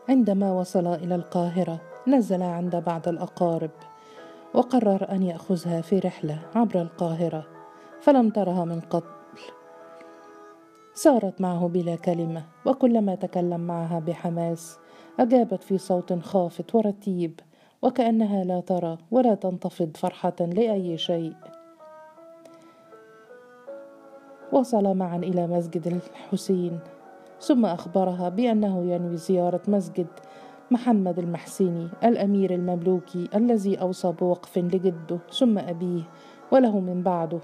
عندما وصل إلى القاهرة نزل عند بعض الأقارب، وقرر أن يأخذها في رحلة عبر القاهرة، فلم ترها من قبل. سارت معه بلا كلمة، وكلما تكلم معها بحماس أجابت في صوت خافت ورتيب، وكأنها لا ترى ولا تنتفض فرحة لأي شيء. وصل معا إلى مسجد الحسين، ثم أخبرها بأنه ينوي زيارة مسجد محمد المحسني الأمير المملوكي الذي أوصى بوقف لجده ثم أبيه وله من بعده.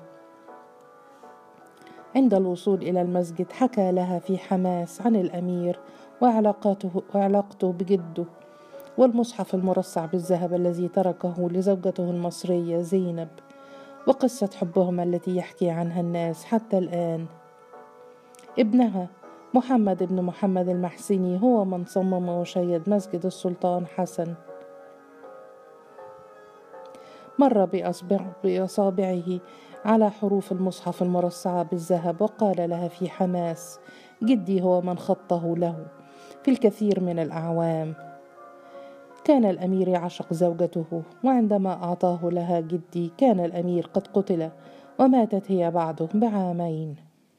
عند الوصول إلى المسجد حكى لها في حماس عن الأمير وعلاقته بجده، والمصحف المرصع بالذهب الذي تركه لزوجته المصرية زينب، وقصة حبهما التي يحكي عنها الناس حتى الآن. ابنها محمد بن محمد المحسني هو من صمم وشيد مسجد السلطان حسن. مر بأصابعه على حروف المصحف المرصعة بالذهب، وقال لها في حماس: جدي هو من خطه له في الكثير من الأعوام. كان الأمير يعشق زوجته، وعندما أعطاه لها جدي كان الأمير قد قتل، وماتت هي بعده بعامين.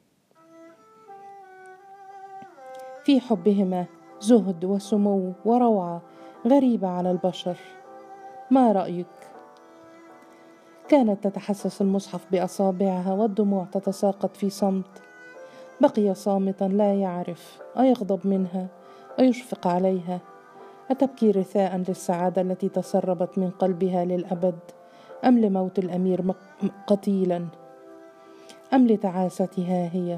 في حبهما زهد وسمو وروعة غريبة على البشر. ما رأيك؟ كانت تتحسس المصحف بأصابعها والدموع تتساقط في صمت. بقي صامتا لا يعرف أيغضب منها أيشفق عليها، أتبكي رثاء للسعادة التي تسربت من قلبها للأبد، أم لموت الأمير قتيلا، أم لتعاستها هي؟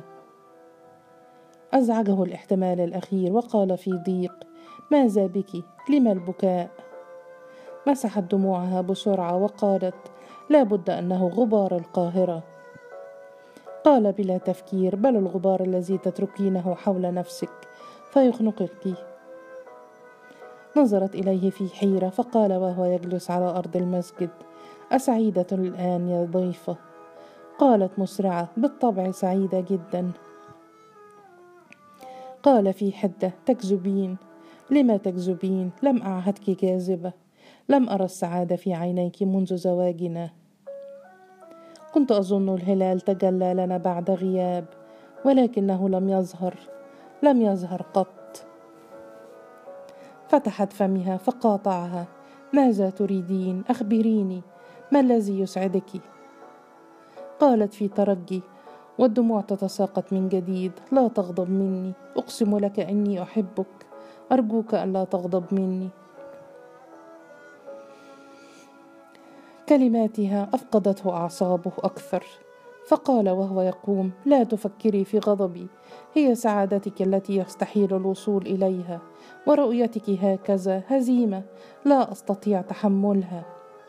أزعجه الاحتمال الأخير، وقال في ضيق: ماذا بك؟ لما البكاء؟ مسحت دموعها بسرعة وقالت: لا بد أنه غبار القاهرة. قال بلا تفكير: بل الغبار الذي تتركينه حول نفسك فيخنقك. نظرت إليه في حيرة، فقال وهو يجلس على أرض المسجد: أسعيدة الآن يا ضيفة؟ قالت مسرعة: بالطبع سعيدة جدا. قال في حدة: تكذبين. لما تكذبين؟ لم أعهدك كاذبة، لم أرى السعادة في عينيك منذ زواجنا. كنت أظن الهلال تجلى لنا بعد غياب، ولكنه لم يظهر قط. فتحت فمها فقاطعها: ماذا تريدين؟ أخبريني، ما الذي يسعدك؟ قالت في ترجي والدموع تتساقط من جديد: لا تغضب مني، أقسم لك أني أحبك، أرجوك ألا تغضب مني. كلماتها أفقدته أعصابه أكثر، فقال وهو يقوم: لا تفكري في غضبي، هي سعادتك التي يستحيل الوصول إليها، ورؤيتك هكذا هزيمة لا أستطيع تحملها.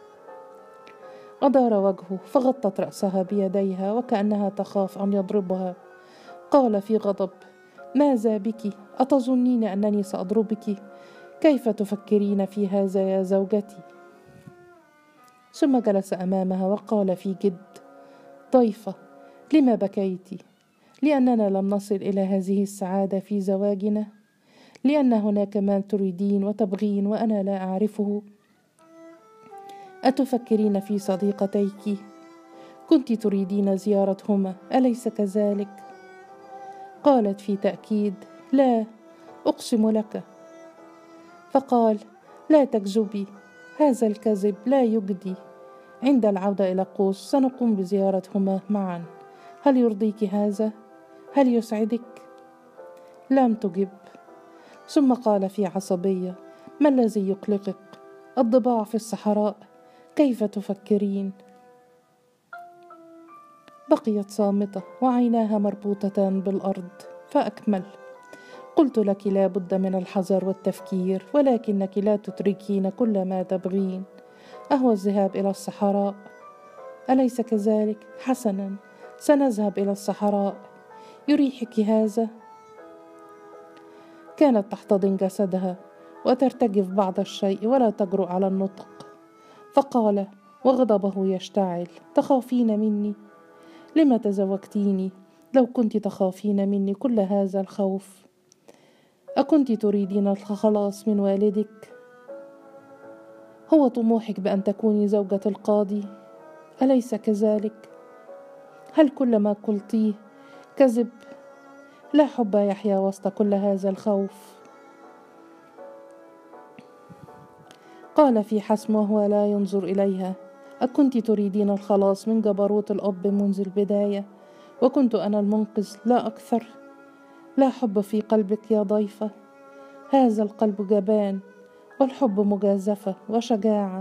أدار وجهه فغطت رأسها بيديها وكأنها تخاف أن يضربها. قال في غضب: ماذا بك؟ أتظنين أنني سأضربك؟ كيف تفكرين في هذا يا زوجتي؟ ثم جلس أمامها وقال في جد: ضيفة، لما بكيت؟ لأننا لم نصل إلى هذه السعادة في زواجنا؟ لأن هناك ما تريدين وتبغين وأنا لا أعرفه؟ أتفكرين في صديقتيك؟ كنت تريدين زيارتهما، أليس كذلك؟ قالت في تأكيد: لا، أقسم لك. فقال: لا تكذبي، هذا الكذب لا يجدي. عند العودة إلى قوس سنقوم بزيارتهما معا، هل يرضيك هذا؟ هل يسعدك؟ لم تجب. ثم قال في عصبية: ما الذي يقلقك؟ الضباع في الصحراء، كيف تفكرين؟ بقيت صامتة وعيناها مربوطتان بالأرض، فأكمل: قلت لك لا بد من الحذر والتفكير، ولكنك لا تدركين كل ما تبغين. أهو الذهاب إلى الصحراء، أليس كذلك؟ حسنا، سنذهب إلى الصحراء، يريحك هذا؟ كانت تحتضن جسدها وترتجف بعض الشيء ولا تجرؤ على النطق. فقال وغضبه يشتعل: تخافين مني؟ لما تزوجتيني لو كنت تخافين مني كل هذا الخوف؟ أكنت تريدين الخلاص من والدك؟ هو طموحك بأن تكوني زوجة القاضي، أليس كذلك؟ هل كل ما قلتيه كذب؟ لا حب يحيا وسط كل هذا الخوف. قال في حسم وهو لا ينظر إليها: أكنت تريدين الخلاص من جبروت الأب منذ البداية، وكنت أنا المنقذ لا أكثر؟ لا حب في قلبك يا ضيفة، هذا القلب جبان، والحب مجازفة وشجاعة.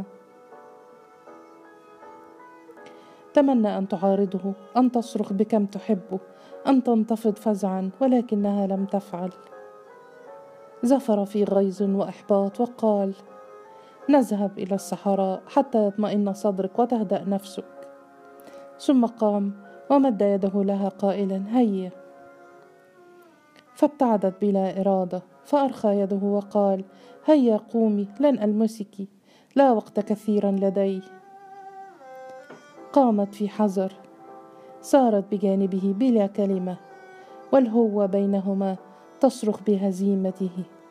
تمنى أن تعارضه، أن تصرخ بكم تحبه، أن تنتفض فزعا، ولكنها لم تفعل. زفر في غيظ وإحباط وقال: نذهب إلى الصحراء حتى يطمئن صدرك وتهدأ نفسك. ثم قام ومد يده لها قائلا: هيا. فابتعدت بلا إرادة، فأرخى يده وقال: هيا قومي، لن ألمسك، لا وقت كثيرا لدي. قامت في حذر، سارت بجانبه بلا كلمة، والهوة بينهما تصرخ بهزيمته.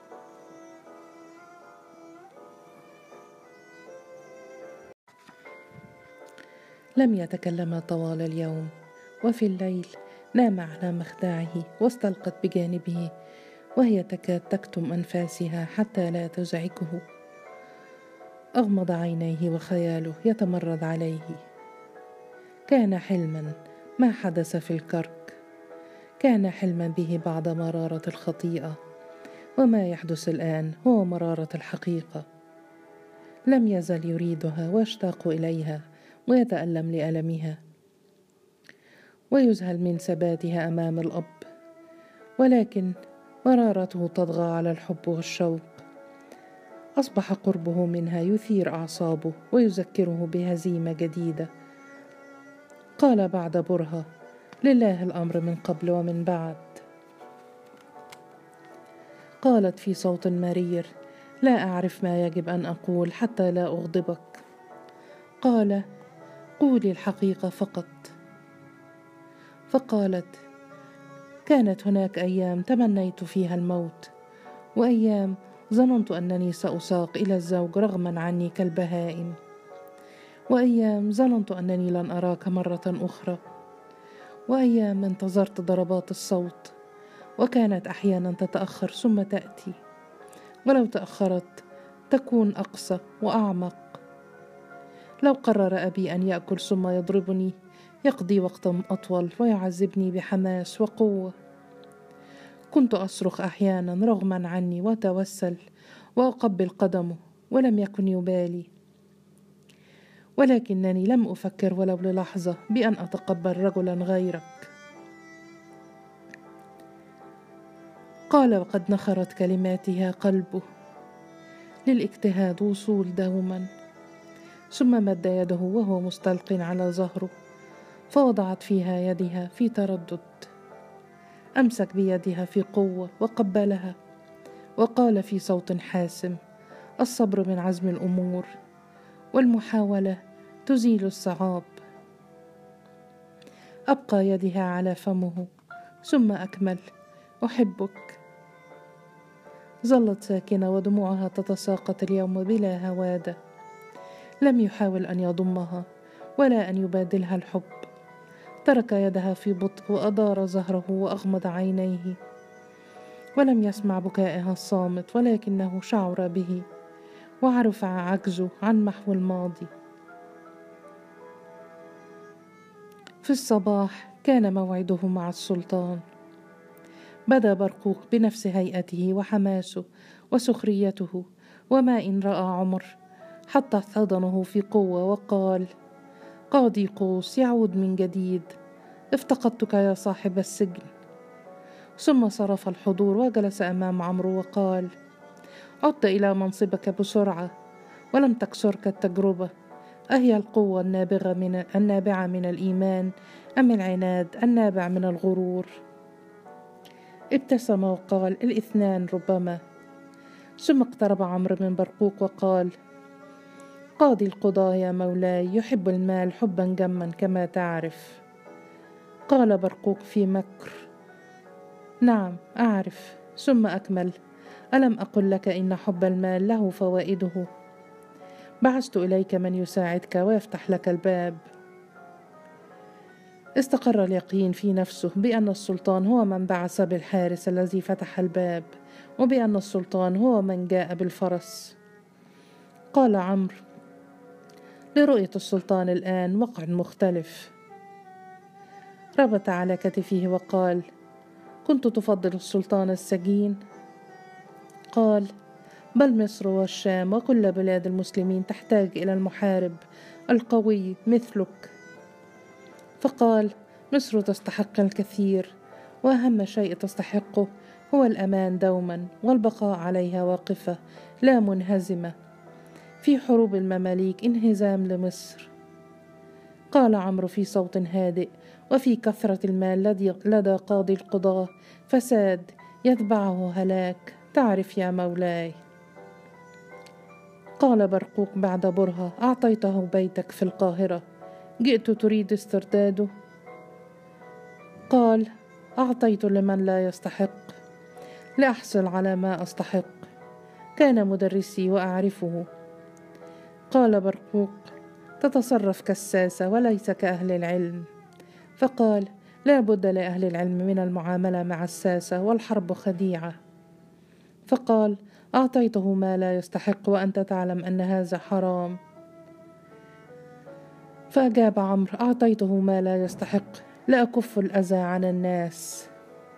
لم يتكلما طوال اليوم، وفي الليل نام على مخدعه واستلقت بجانبه وهي تكاد تكتم أنفاسها حتى لا تزعجه. أغمض عينيه وخياله يتمرد عليه. كان حلما ما حدث في الكرك، كان حلما به بعد مرارة الخطيئة، وما يحدث الآن هو مرارة الحقيقة. لم يزل يريدها ويشتاق إليها ويتألم لألمها، ويذهل من ثباتها أمام الأب، ولكن مرارته تطغى على الحب والشوق. أصبح قربه منها يثير أعصابه ويذكره بهزيمة جديدة. قال بعد برهة: لله الأمر من قبل ومن بعد. قالت في صوت مرير: لا أعرف ما يجب أن أقول حتى لا أغضبك. قال: قولي الحقيقة فقط. فقالت: كانت هناك أيام تمنيت فيها الموت، وأيام ظننت أنني سأساق إلى الزوج رغما عني كالبهائم، وأيام ظننت أنني لن أراك مرة أخرى، وأيام انتظرت ضربات الصوت، وكانت أحيانا تتأخر ثم تأتي، ولو تأخرت تكون أقسى وأعمق. لو قرر أبي أن يأكل ثم يضربني، يقضي وقتا أطول ويعذبني بحماس وقوة. كنت أصرخ أحيانا رغما عني وأتوسل وأقبل قدمه، ولم يكن يبالي. ولكنني لم أفكر ولو للحظة بأن أتقبل رجلا غيرك. قال وقد نخرت كلماتها قلبه، للاجتهاد وصول دوما. ثم مد يده وهو مستلق على ظهره، فوضعت فيها يدها في تردد. أمسك بيدها في قوة وقبلها، وقال في صوت حاسم: الصبر من عزم الأمور، والمحاولة تزيل الصعاب. أبقى يدها على فمه، ثم أكمل: أحبك. ظلت ساكنة ودموعها تتساقط اليوم بلا هوادة. لم يحاول أن يضمها ولا أن يبادلها الحب. ترك يدها في بطء وأدار ظهره وأغمض عينيه، ولم يسمع بكائها الصامت، ولكنه شعر به وعرف عجزه عن محو الماضي. في الصباح كان موعده مع السلطان. بدا برقوق بنفس هيئته وحماسه وسخريته، وما إن رأى عمر حتى حضنه في قوة وقال: قاضي قوس يعود من جديد، افتقدتك يا صاحب السجن. ثم صرف الحضور وجلس أمام عمرو وقال: عدت إلى منصبك بسرعة، ولم تكسرك التجربة. أهي القوة النابعة من الإيمان، أم العناد النابع من الغرور؟ ابتسم وقال: الاثنان ربما. ثم اقترب عمرو من برقوق وقال: قاضي القضاة يا مولاي يحب المال حبا جما كما تعرف. قال برقوق في مكر: نعم أعرف. ثم أكمل: ألم أقل لك إن حب المال له فوائده؟ بعثت إليك من يساعدك ويفتح لك الباب. استقر اليقين في نفسه بأن السلطان هو من بعث بالحارس الذي فتح الباب، وبأن السلطان هو من جاء بالفرس. قال عمرو: لرؤية السلطان الآن وقع مختلف. ربط على كتفه وقال: كنت تفضل السلطان السجين؟ قال: بل مصر والشام وكل بلاد المسلمين تحتاج إلى المحارب القوي مثلك. فقال: مصر تستحق الكثير، وأهم شيء تستحقه هو الأمان دوما، والبقاء عليها واقفة لا منهزمة. في حروب المماليك انهزام لمصر. قال عمرو في صوت هادئ: وفي كثرة المال لدى قاضي القضاة فساد يتبعه هلاك، تعرف يا مولاي. قال برقوق بعد برهة: أعطيته بيتك في القاهرة، جئت تريد استرداده؟ قال: أعطيت لمن لا يستحق لأحصل على ما أستحق، كان مدرسي وأعرفه. قال برقوق: تتصرف كالساسة وليس كأهل العلم. فقال: لا بد لأهل العلم من المعاملة مع الساسة، والحرب خديعة. فقال: أعطيته ما لا يستحق وأنت تعلم أن هذا حرام. فأجاب عمرو: أعطيته ما لا يستحق لأكف الأذى عن الناس.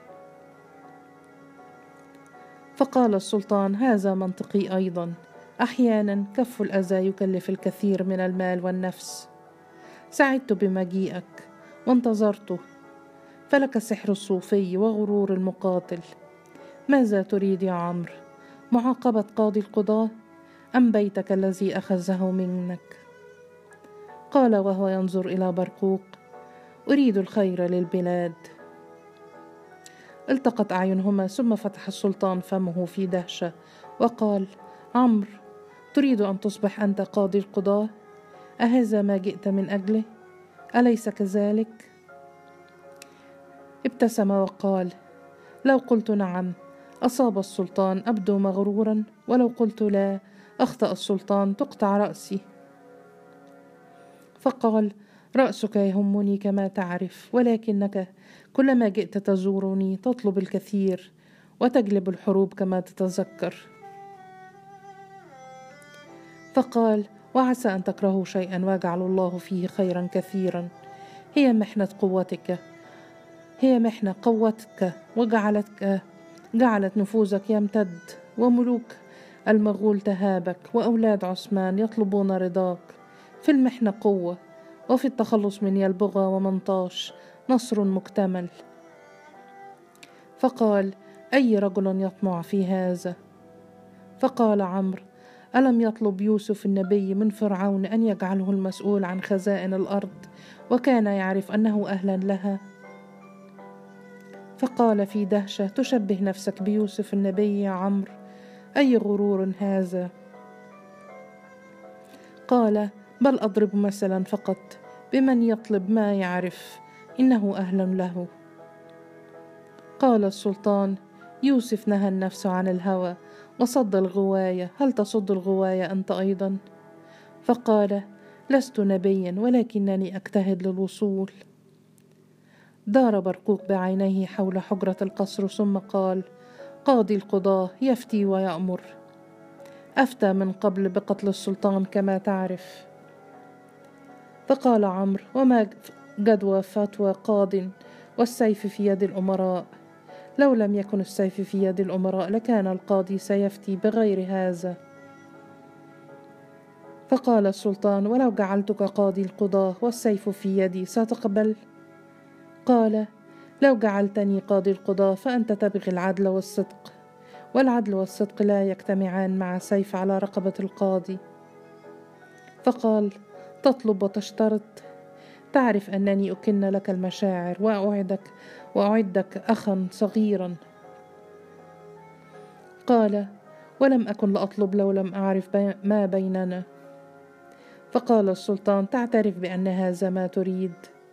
فقال السلطان: هذا منطقي أيضا، أحيانا كف الأذى يكلف الكثير من المال والنفس. سعدت بمجيئك وانتظرته، فلك سحر الصوفي وغرور المقاتل. ماذا تريد يا عمرو؟ معاقبة قاضي القضاة أم بيتك الذي أخذه منك؟ قال وهو ينظر إلى برقوق: أريد الخير للبلاد. التقت أعينهما، ثم فتح السلطان فمه في دهشة وقال: عمرو، تريد أن تصبح أنت قاضي القضاة؟ أهذا ما جئت من أجله؟ أليس كذلك؟ ابتسم وقال: لو قلت نعم أصاب السلطان أبدو مغرورا، ولو قلت لا أخطأ السلطان تقطع رأسي. فقال: رأسك يهمني كما تعرف، ولكنك كلما جئت تزورني تطلب الكثير وتجلب الحروب كما تتذكر. فقال: وعسى أن تكرهوا شيئا ويجعل الله فيه خيرا كثيرا. هي محنة قوتك جعلت نفوذك يمتد، وملوك المغول تهابك، وأولاد عثمان يطلبون رضاك. في المحنة قوة، وفي التخلص من يلبغى ومنطاش نصر مكتمل. فقال: أي رجل يطمع في هذا؟ فقال عمرو: ألم يطلب يوسف النبي من فرعون أن يجعله المسؤول عن خزائن الأرض، وكان يعرف أنه أهلا لها؟ فقال في دهشة: تشبه نفسك بيوسف النبي يا عمرو؟ أي غرور هذا؟ قال: بل أضرب مثلا فقط بمن يطلب ما يعرف إنه أهل له. قال السلطان: يوسف نهى النفس عن الهوى وصد الغواية، هل تصد الغواية أنت أيضا؟ فقال: لست نبيا ولكنني أجتهد للوصول. دار برقوق بعينيه حول حجرة القصر ثم قال: قاضي القضاة يفتي ويأمر، أفتى من قبل بقتل السلطان كما تعرف. فقال عمرو: وما جدوى فتوى قاض والسيف في يد الأمراء؟ لو لم يكن السيف في يد الأمراء لكان القاضي سيفتي بغير هذا. فقال السلطان: ولو جعلتك قاضي القضاة والسيف في يدي ستقبل؟ قال: لو جعلتني قاضي القضاة فأنت تبغي العدل والصدق، والعدل والصدق لا يجتمعان مع سيف على رقبة القاضي. فقال: تطلب وتشترط؟ تعرف أنني أكن لك المشاعر وأعدك أخا صغيرا. قال: ولم أكن لأطلب لو لم أعرف ما بيننا. فقال السلطان: تعترف بأن هذا ما تريد؟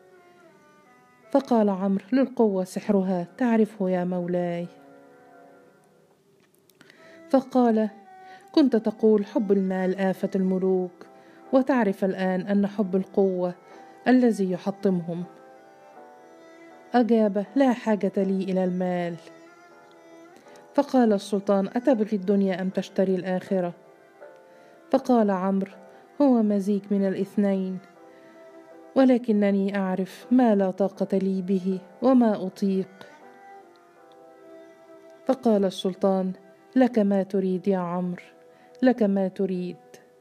فقال عمرو: للقوة سحرها، تعرفه يا مولاي. فقال: كنت تقول حب المال آفة الملوك، وتعرف الآن أن حب القوة الذي يحطمهم. أجاب: لا حاجة لي إلى المال. فقال السلطان: أتبغي الدنيا أم تشتري الآخرة؟ فقال عمرو: هو مزيج من الاثنين، ولكنني أعرف ما لا طاقة لي به وما أطيق. فقال السلطان: لك ما تريد يا عمرو، لك ما تريد.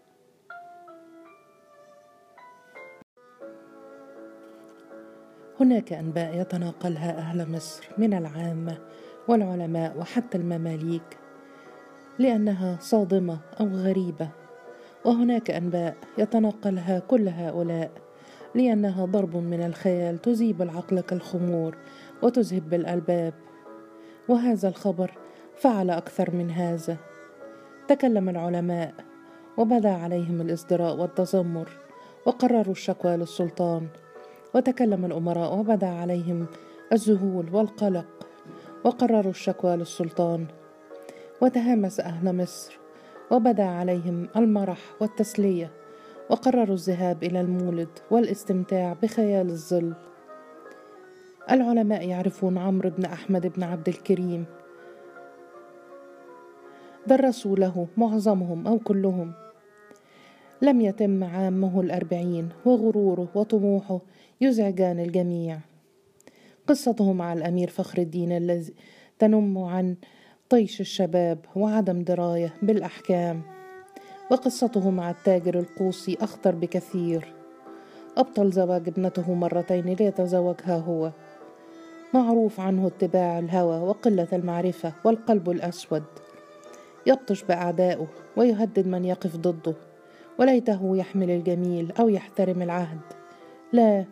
هناك أنباء يتناقلها أهل مصر من العامة والعلماء وحتى المماليك لأنها صادمة أو غريبة، وهناك أنباء يتناقلها كل هؤلاء لأنها ضرب من الخيال تذيب العقل كالخمور وتذهب بالألباب. وهذا الخبر فعل أكثر من هذا. تكلم العلماء وبدا عليهم الازدراء والتذمر وقرروا الشكوى للسلطان، وتكلم الأمراء وبدا عليهم الذهول والقلق وقرروا الشكوى للسلطان، وتهامس أهل مصر وبدا عليهم المرح والتسلية وقرروا الذهاب إلى المولد والاستمتاع بخيال الظل. العلماء يعرفون عمرو بن أحمد بن عبد الكريم، درسوا له معظمهم أو كلهم. لم يتم عامه 40 وغروره وطموحه يزعجان الجميع. قصته مع الأمير فخر الدين الذي تنم عن طيش الشباب وعدم دراية بالأحكام، وقصته مع التاجر القوصي أخطر بكثير. أبطل زواج ابنته مرتين ليتزوجها هو. معروف عنه اتباع الهوى وقلة المعرفة والقلب الأسود. يبطش بأعدائه ويهدد من يقف ضده، وليته يحمل الجميل أو يحترم العهد. لا،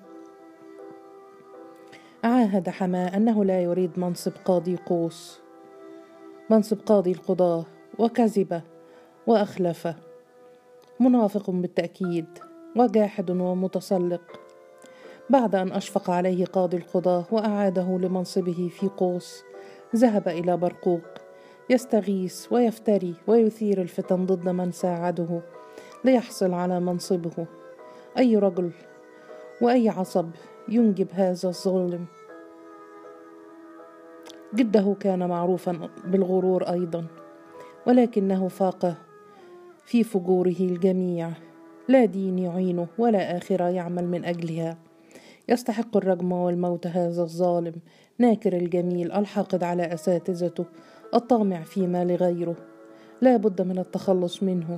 عاهد حماه أنه لا يريد منصب قاضي قوس، منصب قاضي القضاة، وكذب وأخلف. منافق بالتأكيد وجاحد ومتسلق. بعد أن أشفق عليه قاضي القضاة وأعاده لمنصبه في قوس، ذهب إلى برقوق يستغيث ويفتري ويثير الفتن ضد من ساعده ليحصل على منصبه. أي رجل وأي عصب ينجب هذا الظالم. جده كان معروفا بالغرور أيضا، ولكنه فاق في فجوره الجميع. لا دين يعينه ولا آخرة يعمل من أجلها. يستحق الرجم والموت هذا الظالم، ناكر الجميل الحاقد على أساتذته، الطامع فيما لغيره. لا بد من التخلص منه.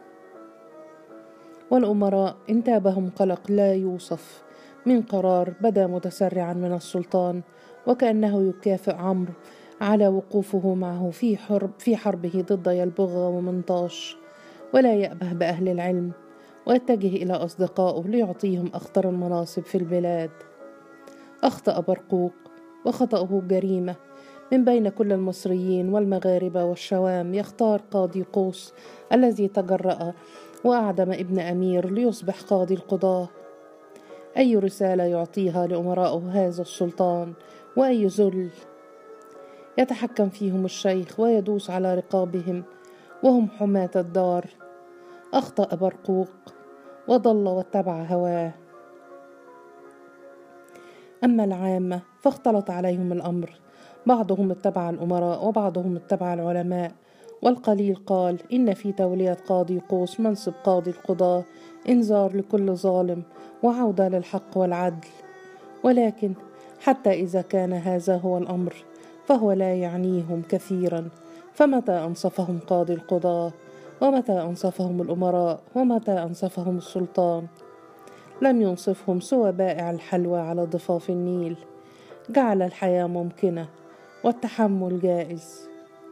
والأمراء انتابهم قلق لا يوصف من قرار بدا متسرعا من السلطان، وكأنه يكافئ عمرو على وقوفه معه في حربه ضد يلبغة ومنطاش، ولا يأبه بأهل العلم، ويتجه إلى أصدقائه ليعطيهم أخطر المناصب في البلاد. أخطأ برقوق، وخطأه جريمة. من بين كل المصريين والمغاربة والشوام يختار قاضي قوس الذي تجرأ وأعدم ابن أمير ليصبح قاضي القضاة. أي رسالة يعطيها لأمرائه هذا السلطان، وأي ذل. يتحكم فيهم الشيخ ويدوس على رقابهم وهم حماة الدار. أخطأ برقوق وضل واتبع هواه. أما العامة فاختلط عليهم الأمر، بعضهم اتبع الأمراء وبعضهم اتبع العلماء، والقليل قال إن في تولية قاضي قوس منصب قاضي القضاة إنذار لكل ظالم وعودة للحق والعدل. ولكن حتى إذا كان هذا هو الأمر فهو لا يعنيهم كثيرا، فمتى أنصفهم قاضي القضاة؟ ومتى أنصفهم الأمراء؟ ومتى أنصفهم السلطان؟ لم ينصفهم سوى بائع الحلوى على ضفاف النيل. جعل الحياة ممكنة والتحمل جائز.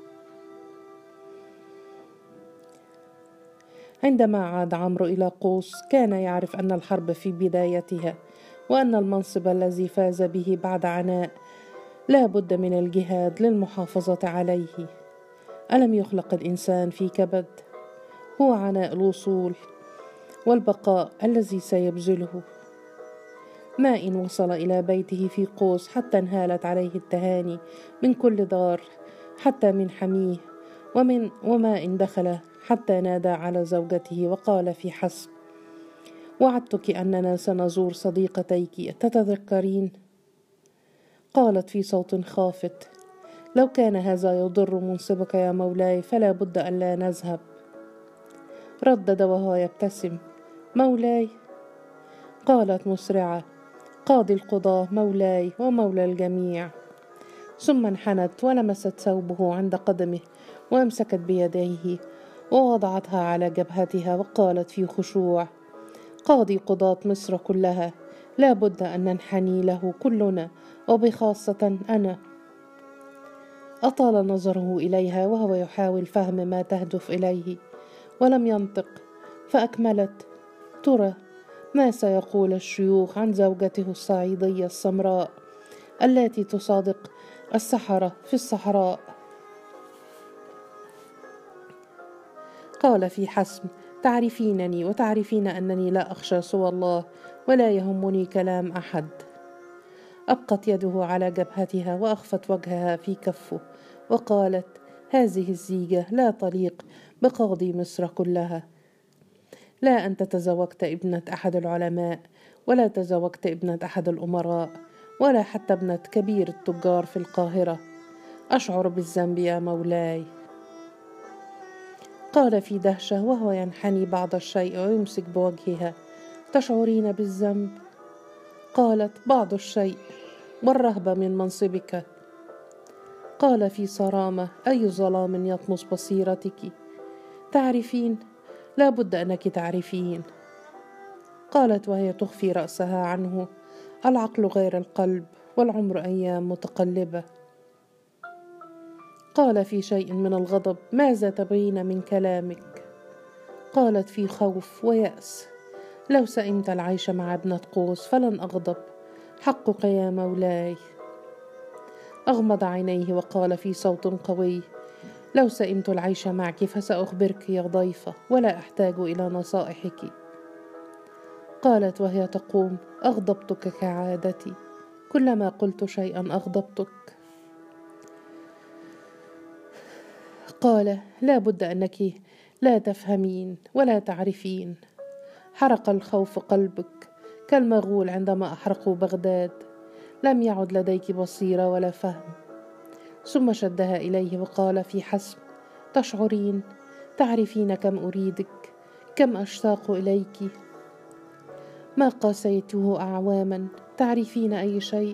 عندما عاد عمرو إلى قوس كان يعرف أن الحرب في بدايتها، وأن المنصب الذي فاز به بعد عناء لا بد من الجهاد للمحافظة عليه. ألم يخلق الإنسان في كبد؟ هو عناء الوصول والبقاء الذي سيبذله. ما إن وصل إلى بيته في قوس حتى انهالت عليه التهاني من كل دار، حتى من حميه، وما إن دخل حتى نادى على زوجته وقال في حسب: وعدتك أننا سنزور صديقتيك، تتذكرين؟ قالت في صوت خافت: لو كان هذا يضر منصبك يا مولاي فلا بد أن لا نذهب. ردد وهو يبتسم: مولاي؟ قالت مسرعة: قاضي القضاة مولاي ومولى الجميع. ثم انحنت ولمست ثوبه عند قدمه وأمسكت بيديه ووضعتها على جبهتها وقالت في خشوع: قاضي قضاة مصر كلها، لا بد أن ننحني له كلنا، وبخاصة أنا. أطال نظره إليها وهو يحاول فهم ما تهدف إليه ولم ينطق، فأكملت: ترى ما سيقول الشيوخ عن زوجته الصعيدية السمراء التي تصادق السحرة في الصحراء؟ قال في حسم: تعرفينني وتعرفين أنني لا أخشى سوى الله ولا يهمني كلام أحد. أبقت يده على جبهتها وأخفت وجهها في كفه وقالت: هذه الزيجة لا تليق بقاضي مصر كلها. لا أنت تزوجت ابنة أحد العلماء، ولا تزوجت ابنة أحد الأمراء، ولا حتى ابنة كبير التجار في القاهرة. أشعر بالذنب يا مولاي. قال في دهشة وهو ينحني بعض الشيء ويمسك بوجهها: تشعرين بالذنب؟ قالت: بعض الشيء، والرهبة من منصبك. قال في صرامة: أي ظلام يطمس بصيرتك؟ تعرفين، لا بد أنك تعرفين. قالت وهي تخفي رأسها عنه: العقل غير القلب، والعمر أيام متقلبة. قال في شيء من الغضب: ماذا تبغين من كلامك؟ قالت في خوف ويأس: لو سئمت العيش مع ابنة قوس فلن أغضب، حقك يا مولاي. أغمض عينيه وقال في صوت قوي: لو سئمت العيش معك فسأخبرك يا ضيفة، ولا أحتاج إلى نصائحك. قالت وهي تقوم: أغضبتك كعادتي، كلما قلت شيئا أغضبتك. قال: لا بد أنك لا تفهمين ولا تعرفين. حرق الخوف قلبك كالمغول عندما أحرقوا بغداد، لم يعد لديك بصيرة ولا فهم. ثم شدها إليه وقال في حسم: تشعرين، تعرفين كم أريدك، كم أشتاق إليك. ما قاسيته أعواما، تعرفين أي شيء؟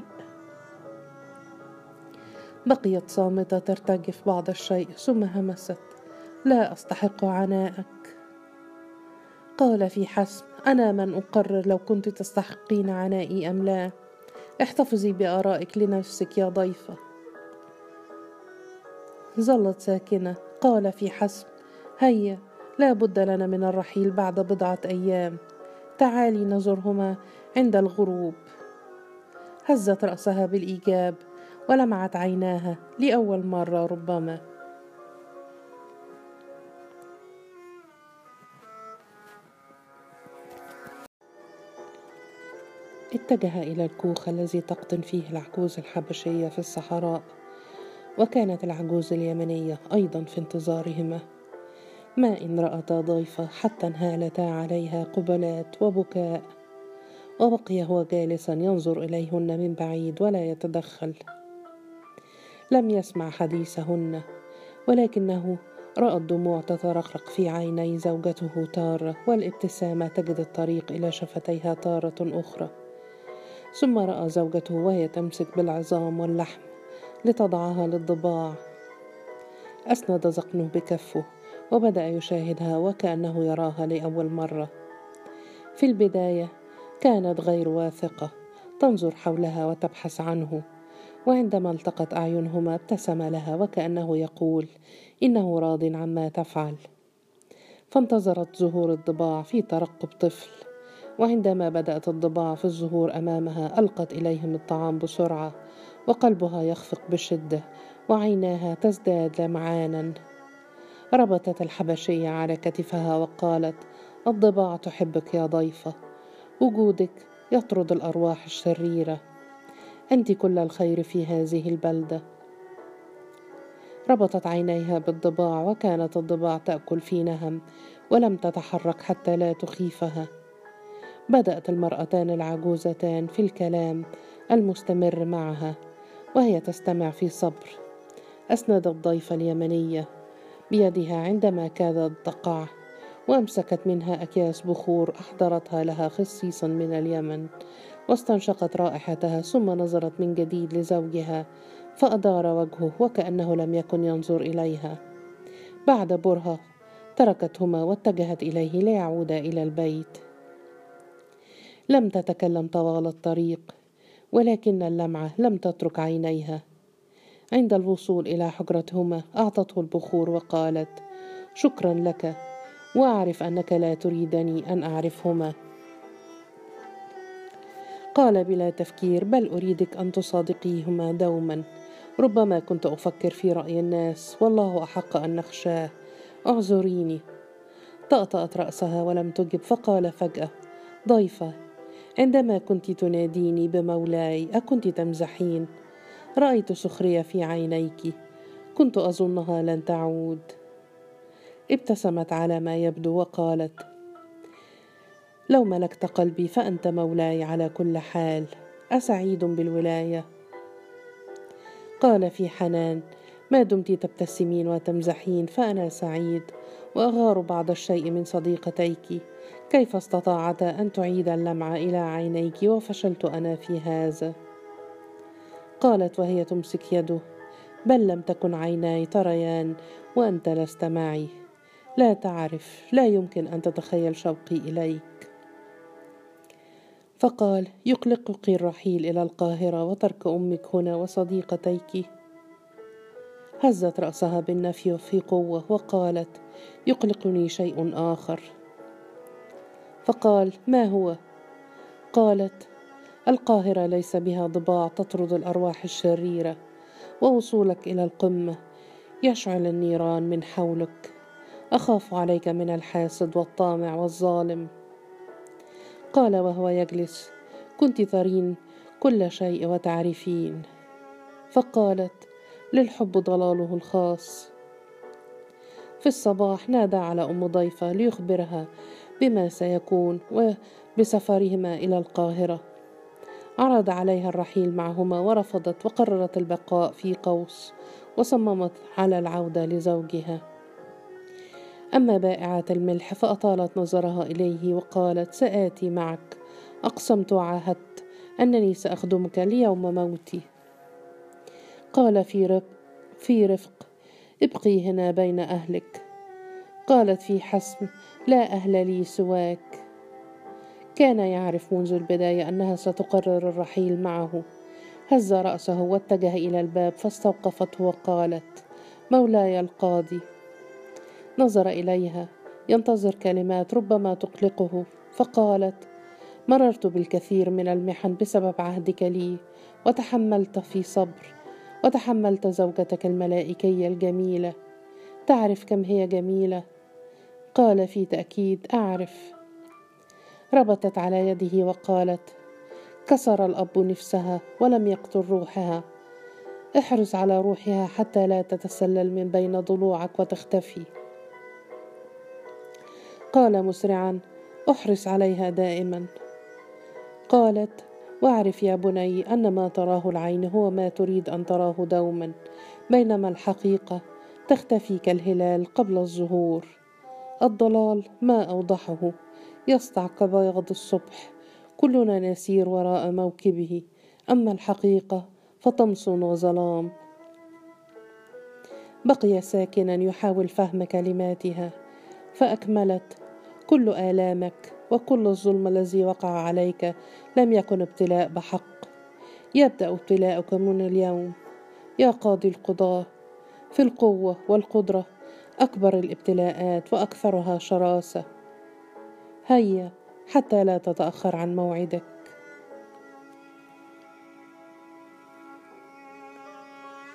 بقيت صامتة ترتجف بعض الشيء ثم همست: لا أستحق عناءك. قال في حسم: أنا من أقرر لو كنت تستحقين عنائي أم لا. احتفظي بآرائك لنفسك يا ضيفة. ظلت ساكنة. قال في حسم: هيا، لا بد لنا من الرحيل بعد بضعة أيام، تعالي نزرهما عند الغروب. هزت رأسها بالإيجاب ولمعت عيناها لأول مرة ربما. اتجه إلى الكوخ الذي تقطن فيه العجوز الحبشية في الصحراء، وكانت العجوز اليمنية أيضا في انتظارهما. ما إن رأتا ضيفة حتى انهالتا عليها قبلات وبكاء، وبقي هو جالسا ينظر إليهن من بعيد ولا يتدخل. لم يسمع حديثهن، ولكنه رأى الدموع تترقرق في عيني زوجته تارة، والابتسامة تجد الطريق إلى شفتيها تارة أخرى. ثم رأى زوجته وهي تمسك بالعظام واللحم لتضعها للضباع. أسند ذقنه بكفه وبدأ يشاهدها وكأنه يراها لأول مرة. في البداية كانت غير واثقة، تنظر حولها وتبحث عنه، وعندما التقت أعينهما ابتسم لها وكأنه يقول إنه راض عما تفعل. فانتظرت ظهور الضباع في ترقب طفل، وعندما بدأت الضباع في الظهور أمامها ألقت إليهم الطعام بسرعة، وقلبها يخفق بشدة وعيناها تزداد لمعانا. ربطت الحبشية على كتفها وقالت: الضباع تحبك يا ضيفة، وجودك يطرد الأرواح الشريرة، أنت كل الخير في هذه البلدة. ربطت عينيها بالضباع، وكانت الضباع تأكل في نهم ولم تتحرك حتى لا تخيفها. بدأت المرأتان العجوزتان في الكلام المستمر معها وهي تستمع في صبر. أسندت الضيفة اليمنية بيدها عندما كادت تقع، وأمسكت منها أكياس بخور أحضرتها لها خصيصا من اليمن، واستنشقت رائحتها، ثم نظرت من جديد لزوجها فأدار وجهه وكأنه لم يكن ينظر إليها. بعد برهة تركتهما واتجهت إليه ليعودا إلى البيت. لم تتكلم طوال الطريق، ولكن اللمعة لم تترك عينيها. عند الوصول إلى حجرتهما أعطته البخور وقالت: شكرا لك، وأعرف أنك لا تريدني أن أعرفهما. قال بلا تفكير: بل أريدك أن تصادقيهما دوما. ربما كنت أفكر في رأي الناس، والله أحق أن نخشاه. اعذريني. طأطأت رأسها ولم تجب، فقال فجأة: ضيفة، عندما كنت تناديني بمولاي أكنت تمزحين؟ رأيت سخرية في عينيك، كنت أظنها لن تعود. ابتسمت على ما يبدو وقالت: لو ملكت قلبي فأنت مولاي على كل حال. أسعيد بالولاية؟ قال في حنان: ما دمت تبتسمين وتمزحين فأنا سعيد، وأغار بعض الشيء من صديقتيك. كيف استطاعتا أن تعيد اللمعة إلى عينيك وفشلت أنا في هذا؟ قالت وهي تمسك يده: بل لم تكن عيناي تريان وأنت لست معي. لا تعرف، لا يمكن أن تتخيل شوقي إليك. فقال: يقلقك الرحيل إلى القاهرة وترك أمك هنا وصديقتيك؟ هزت رأسها بالنفي في قوة وقالت: يقلقني شيء آخر. فقال: ما هو؟ قالت: القاهرة ليس بها ضباع تطرد الأرواح الشريرة، ووصولك إلى القمة يشعل النيران من حولك. أخاف عليك من الحاسد والطامع والظالم. قال وهو يجلس: كنت ترين كل شيء وتعرفين. فقالت: للحب ضلاله الخاص. في الصباح نادى على أم ضيفة ليخبرها بما سيكون وبسفرهما إلى القاهرة. عرض عليها الرحيل معهما ورفضت، وقررت البقاء في قوس، وصممت على العودة لزوجها. أما بائعة الملح فأطالت نظرها إليه وقالت: سآتي معك، أقسمت وعاهدت أنني سأخدمك ليوم موتي. قال في رفق: ابقي هنا بين أهلك. قالت في حسم: لا أهل لي سواك. كان يعرف منذ البداية أنها ستقرر الرحيل معه. هز رأسه واتجه إلى الباب، فاستوقفته وقالت: مولاي القاضي. نظر إليها ينتظر كلمات ربما تقلقه، فقالت: مررت بالكثير من المحن بسبب عهدك لي، وتحملت في صبر، وتحملت زوجتك الملائكية الجميلة. تعرف كم هي جميلة؟ قال في تأكيد: أعرف. ربطت على يده وقالت: كسر الأب نفسها ولم يقتل روحها. احرص على روحها حتى لا تتسلل من بين ضلوعك وتختفي. قال مسرعا: احرص عليها دائما. قالت: واعرف يا بني أن ما تراه العين هو ما تريد أن تراه دوما، بينما الحقيقة تختفي كالهلال قبل الظهور. الضلال ما أوضحه، يسطع كبياض الصبح، كلنا نسير وراء موكبه، أما الحقيقة فطمس وظلام. بقي ساكنا يحاول فهم كلماتها، فأكملت: كل آلامك وكل الظلم الذي وقع عليك لم يكن ابتلاء بحق. يبدأ ابتلاءك من اليوم يا قاضي القضاة. في القوة والقدرة أكبر الابتلاءات وأكثرها شراسة. هيا حتى لا تتأخر عن موعدك.